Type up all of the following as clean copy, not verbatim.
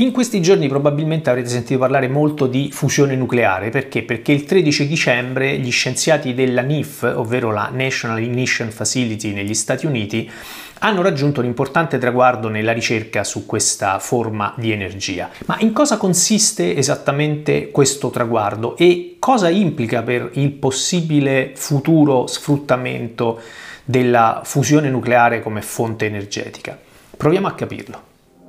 In questi giorni probabilmente avrete sentito parlare molto di fusione nucleare. Perché? Perché il 13 dicembre gli scienziati della NIF, ovvero la National Ignition Facility negli Stati Uniti, hanno raggiunto un importante traguardo nella ricerca su questa forma di energia. Ma in cosa consiste esattamente questo traguardo e cosa implica per il possibile futuro sfruttamento della fusione nucleare come fonte energetica? Proviamo a capirlo.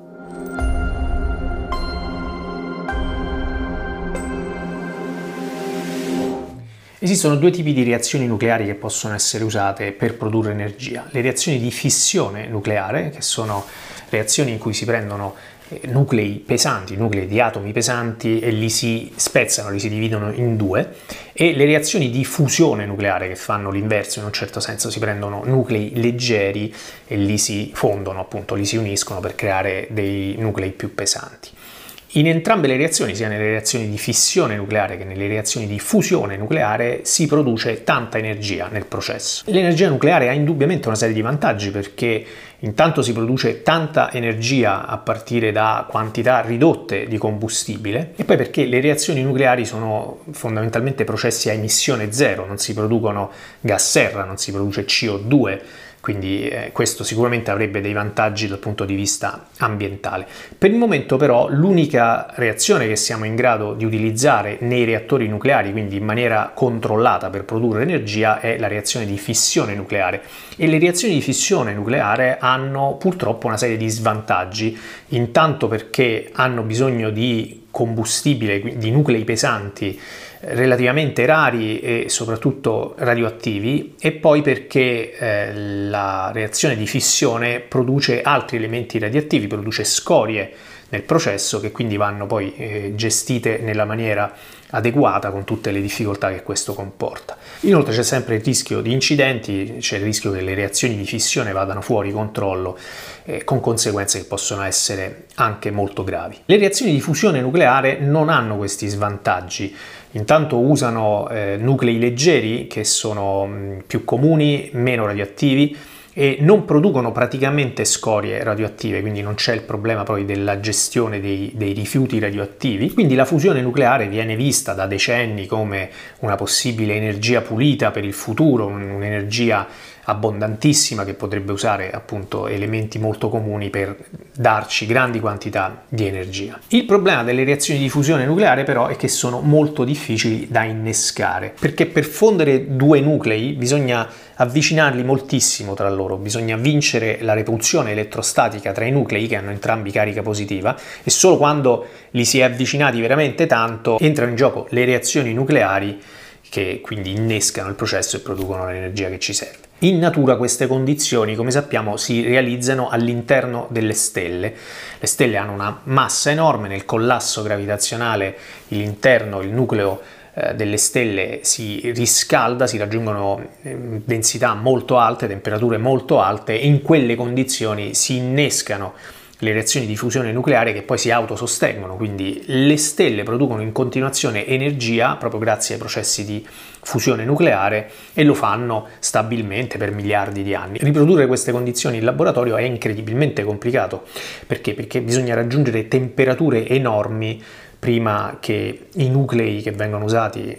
Esistono due tipi di reazioni nucleari che possono essere usate per produrre energia. Le reazioni di fissione nucleare, che sono reazioni in cui si prendono nuclei pesanti, nuclei di atomi pesanti, e li si spezzano, li si dividono in due, e le reazioni di fusione nucleare, che fanno l'inverso in un certo senso, si prendono nuclei leggeri e li si fondono, appunto, li si uniscono per creare dei nuclei più pesanti. In entrambe le reazioni, sia nelle reazioni di fissione nucleare che nelle reazioni di fusione nucleare, si produce tanta energia nel processo. L'energia nucleare ha indubbiamente una serie di vantaggi, perché intanto si produce tanta energia a partire da quantità ridotte di combustibile, e poi perché le reazioni nucleari sono fondamentalmente processi a emissione zero, non si producono gas serra, non si produce CO2, quindi questo sicuramente avrebbe dei vantaggi dal punto di vista ambientale. Per il momento però l'unica reazione che siamo in grado di utilizzare nei reattori nucleari, quindi in maniera controllata per produrre energia, è la reazione di fissione nucleare, e le reazioni di fissione nucleare hanno purtroppo una serie di svantaggi, intanto perché hanno bisogno di combustibile, di nuclei pesanti relativamente rari e soprattutto radioattivi, e poi perché la reazione di fissione produce altri elementi radioattivi, produce scorie nel processo, che quindi vanno poi gestite nella maniera adeguata, con tutte le difficoltà che questo comporta. Inoltre c'è sempre il rischio di incidenti, c'è il rischio che le reazioni di fissione vadano fuori controllo, con conseguenze che possono essere anche molto gravi. Le reazioni di fusione nucleare non hanno questi svantaggi. Intanto usano nuclei leggeri, che sono più comuni, meno radioattivi, e non producono praticamente scorie radioattive, quindi non c'è il problema poi della gestione dei rifiuti radioattivi. Quindi la fusione nucleare viene vista da decenni come una possibile energia pulita per il futuro, un'energia abbondantissima che potrebbe usare appunto elementi molto comuni per darci grandi quantità di energia. Il problema delle reazioni di fusione nucleare però è che sono molto difficili da innescare, perché per fondere due nuclei bisogna avvicinarli moltissimo tra loro, bisogna vincere la repulsione elettrostatica tra i nuclei, che hanno entrambi carica positiva, e solo quando li si è avvicinati veramente tanto entrano in gioco le reazioni nucleari, che quindi innescano il processo e producono l'energia che ci serve. In natura queste condizioni, come sappiamo, si realizzano all'interno delle stelle. Le stelle hanno una massa enorme, nel collasso gravitazionale l'interno, il nucleo delle stelle si riscalda, si raggiungono densità molto alte, temperature molto alte, e in quelle condizioni si innescano le reazioni di fusione nucleare, che poi si autosostengono, quindi le stelle producono in continuazione energia proprio grazie ai processi di fusione nucleare, e lo fanno stabilmente per miliardi di anni. Riprodurre queste condizioni in laboratorio è incredibilmente complicato. Perché? Perché bisogna raggiungere temperature enormi prima che i nuclei che vengono usati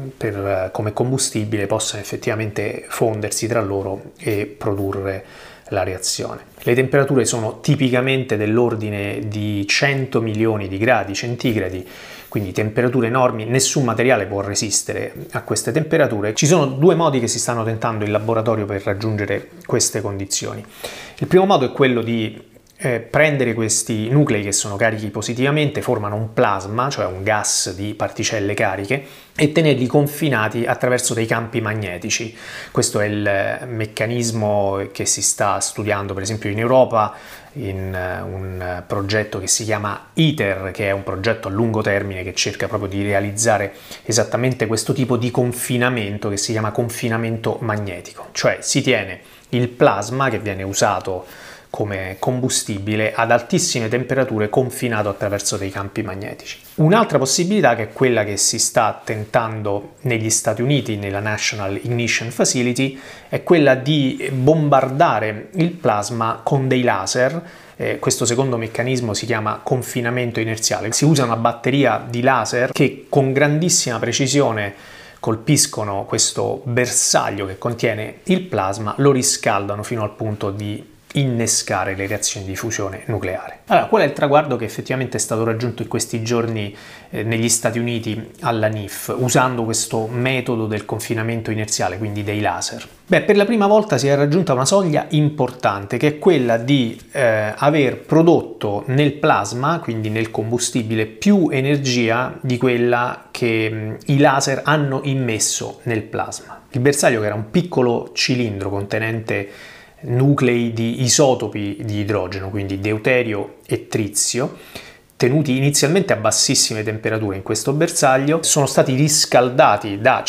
come combustibile possano effettivamente fondersi tra loro e produrre la reazione. Le temperature sono tipicamente dell'ordine di 100 milioni di gradi centigradi, quindi temperature enormi, nessun materiale può resistere a queste temperature. Ci sono due modi che si stanno tentando in laboratorio per raggiungere queste condizioni. Il primo modo è quello di prendere questi nuclei che sono carichi positivamente, formano un plasma, cioè un gas di particelle cariche, e tenerli confinati attraverso dei campi magnetici. Questo è il meccanismo che si sta studiando per esempio in Europa in un progetto che si chiama ITER, che è un progetto a lungo termine che cerca proprio di realizzare esattamente questo tipo di confinamento, che si chiama confinamento magnetico, cioè si tiene il plasma che viene usato come combustibile ad altissime temperature, confinato attraverso dei campi magnetici. Un'altra possibilità, che è quella che si sta tentando negli Stati Uniti nella National Ignition Facility, è quella di bombardare il plasma con dei laser Questo secondo meccanismo si chiama confinamento inerziale. Si usa una batteria di laser che con grandissima precisione colpiscono questo bersaglio che contiene il plasma, lo riscaldano fino al punto di innescare le reazioni di fusione nucleare. Allora, qual è il traguardo che effettivamente è stato raggiunto in questi giorni negli Stati Uniti alla NIF, usando questo metodo del confinamento inerziale, quindi dei laser? Beh, per la prima volta si è raggiunta una soglia importante, che è quella di aver prodotto nel plasma, quindi nel combustibile, più energia di quella che i laser hanno immesso nel plasma. Il bersaglio, che era un piccolo cilindro contenente nuclei di isotopi di idrogeno, quindi deuterio e trizio, tenuti inizialmente a bassissime temperature in questo bersaglio, sono stati riscaldati da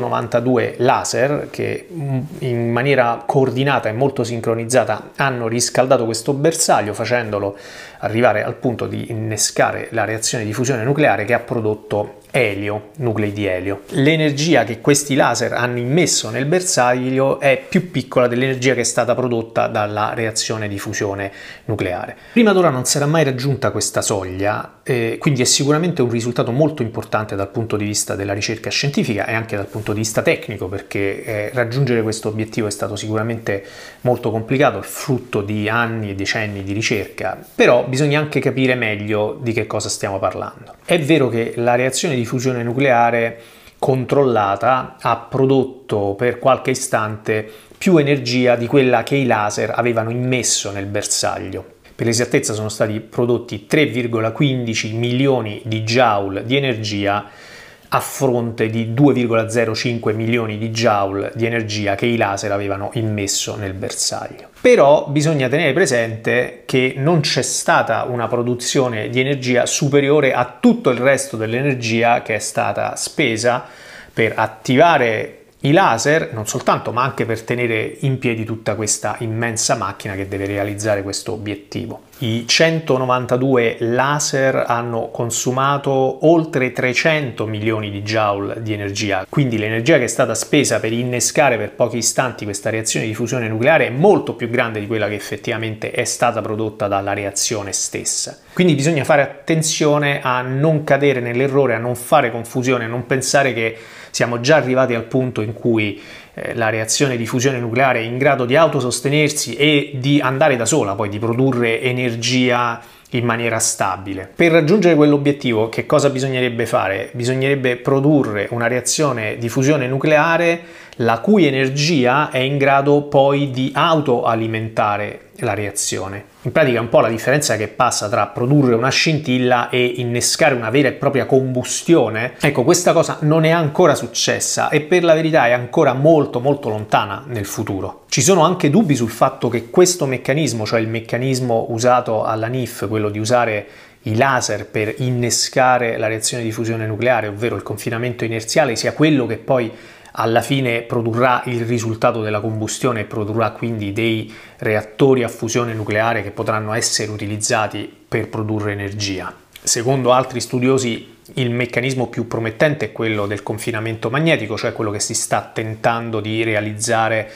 192 laser che in maniera coordinata e molto sincronizzata hanno riscaldato questo bersaglio, facendolo arrivare al punto di innescare la reazione di fusione nucleare che ha prodotto elio, nuclei di elio. L'energia che questi laser hanno immesso nel bersaglio è più piccola dell'energia che è stata prodotta dalla reazione di fusione nucleare. Prima d'ora non si era mai raggiunta questa soglia, quindi è sicuramente un risultato molto importante dal punto di vista della ricerca scientifica e anche dal punto di vista tecnico, perché raggiungere questo obiettivo è stato sicuramente molto complicato, il frutto di anni e decenni di ricerca, però bisogna anche capire meglio di che cosa stiamo parlando. È vero che la reazione di fusione nucleare controllata ha prodotto per qualche istante più energia di quella che i laser avevano immesso nel bersaglio. Per l'esattezza sono stati prodotti 3,15 milioni di joule di energia a fronte di 2,05 milioni di joule di energia che i laser avevano immesso nel bersaglio. Però bisogna tenere presente che non c'è stata una produzione di energia superiore a tutto il resto dell'energia che è stata spesa per attivare i laser, non soltanto, ma anche per tenere in piedi tutta questa immensa macchina che deve realizzare questo obiettivo. I 192 laser hanno consumato oltre 300 milioni di joule di energia, quindi l'energia che è stata spesa per innescare per pochi istanti questa reazione di fusione nucleare è molto più grande di quella che effettivamente è stata prodotta dalla reazione stessa. Quindi bisogna fare attenzione a non cadere nell'errore, a non fare confusione, a non pensare che siamo già arrivati al punto in cui la reazione di fusione nucleare è in grado di autosostenersi e di andare da sola, poi di produrre energia in maniera stabile. Per raggiungere quell'obiettivo, che cosa bisognerebbe fare? Bisognerebbe produrre una reazione di fusione nucleare la cui energia è in grado poi di autoalimentare la reazione. In pratica è un po' la differenza che passa tra produrre una scintilla e innescare una vera e propria combustione. Ecco, questa cosa non è ancora successa e per la verità è ancora molto lontana nel futuro. Ci sono anche dubbi sul fatto che questo meccanismo, cioè il meccanismo usato alla NIF, quello di usare i laser per innescare la reazione di fusione nucleare, ovvero il confinamento inerziale, sia quello che poi alla fine produrrà il risultato della combustione e produrrà quindi dei reattori a fusione nucleare che potranno essere utilizzati per produrre energia. Secondo altri studiosi, il meccanismo più promettente è quello del confinamento magnetico, cioè quello che si sta tentando di realizzare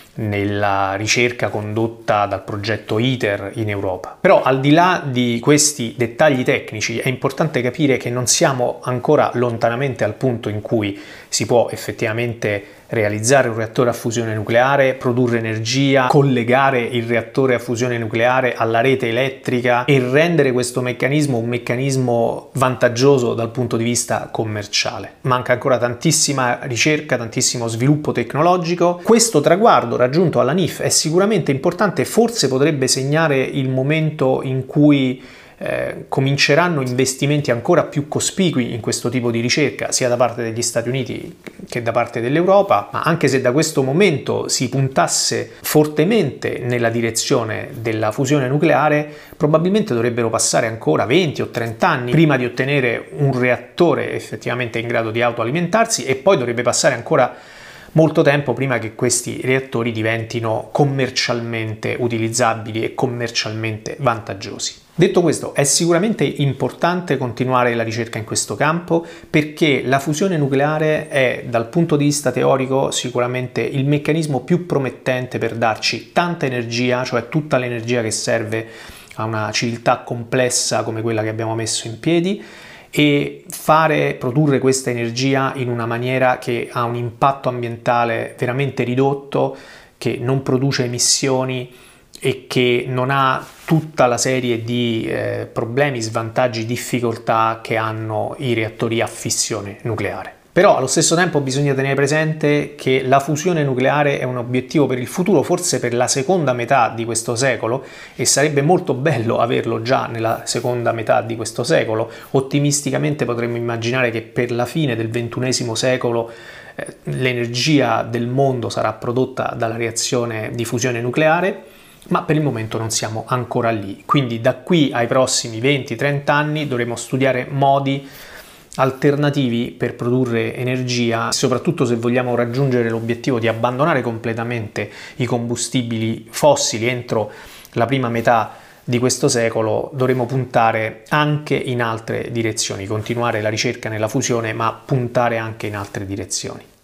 nella ricerca condotta dal progetto ITER in Europa. Però al di là di questi dettagli tecnici è importante capire che non siamo ancora lontanamente al punto in cui si può effettivamente realizzare un reattore a fusione nucleare, produrre energia, collegare il reattore a fusione nucleare alla rete elettrica e rendere questo meccanismo un meccanismo vantaggioso dal punto di vista commerciale. Manca ancora tantissima ricerca, tantissimo sviluppo tecnologico. Questo traguardo raggiunto alla NIF è sicuramente importante e forse potrebbe segnare il momento in cui cominceranno investimenti ancora più cospicui in questo tipo di ricerca, sia da parte degli Stati Uniti che da parte dell'Europa, ma anche se da questo momento si puntasse fortemente nella direzione della fusione nucleare, probabilmente dovrebbero passare ancora 20 o 30 anni prima di ottenere un reattore effettivamente in grado di autoalimentarsi e poi dovrebbe passare ancora molto tempo prima che questi reattori diventino commercialmente utilizzabili e commercialmente vantaggiosi. Detto questo, è sicuramente importante continuare la ricerca in questo campo perché la fusione nucleare è, dal punto di vista teorico, sicuramente il meccanismo più promettente per darci tanta energia, cioè tutta l'energia che serve a una civiltà complessa come quella che abbiamo messo in piedi e produrre questa energia in una maniera che ha un impatto ambientale veramente ridotto, che non produce emissioni e che non ha tutta la serie di problemi, svantaggi, difficoltà che hanno i reattori a fissione nucleare. Però allo stesso tempo bisogna tenere presente che la fusione nucleare è un obiettivo per il futuro, forse per la seconda metà di questo secolo, e sarebbe molto bello averlo già nella seconda metà di questo secolo. Ottimisticamente potremmo immaginare che per la fine del XXI secolo l'energia del mondo sarà prodotta dalla reazione di fusione nucleare, ma per il momento non siamo ancora lì. Quindi da qui ai prossimi 20-30 anni dovremo studiare modi alternativi per produrre energia, soprattutto se vogliamo raggiungere l'obiettivo di abbandonare completamente i combustibili fossili entro la prima metà di questo secolo. Dovremo puntare anche in altre direzioni, continuare la ricerca nella fusione, ma puntare anche in altre direzioni.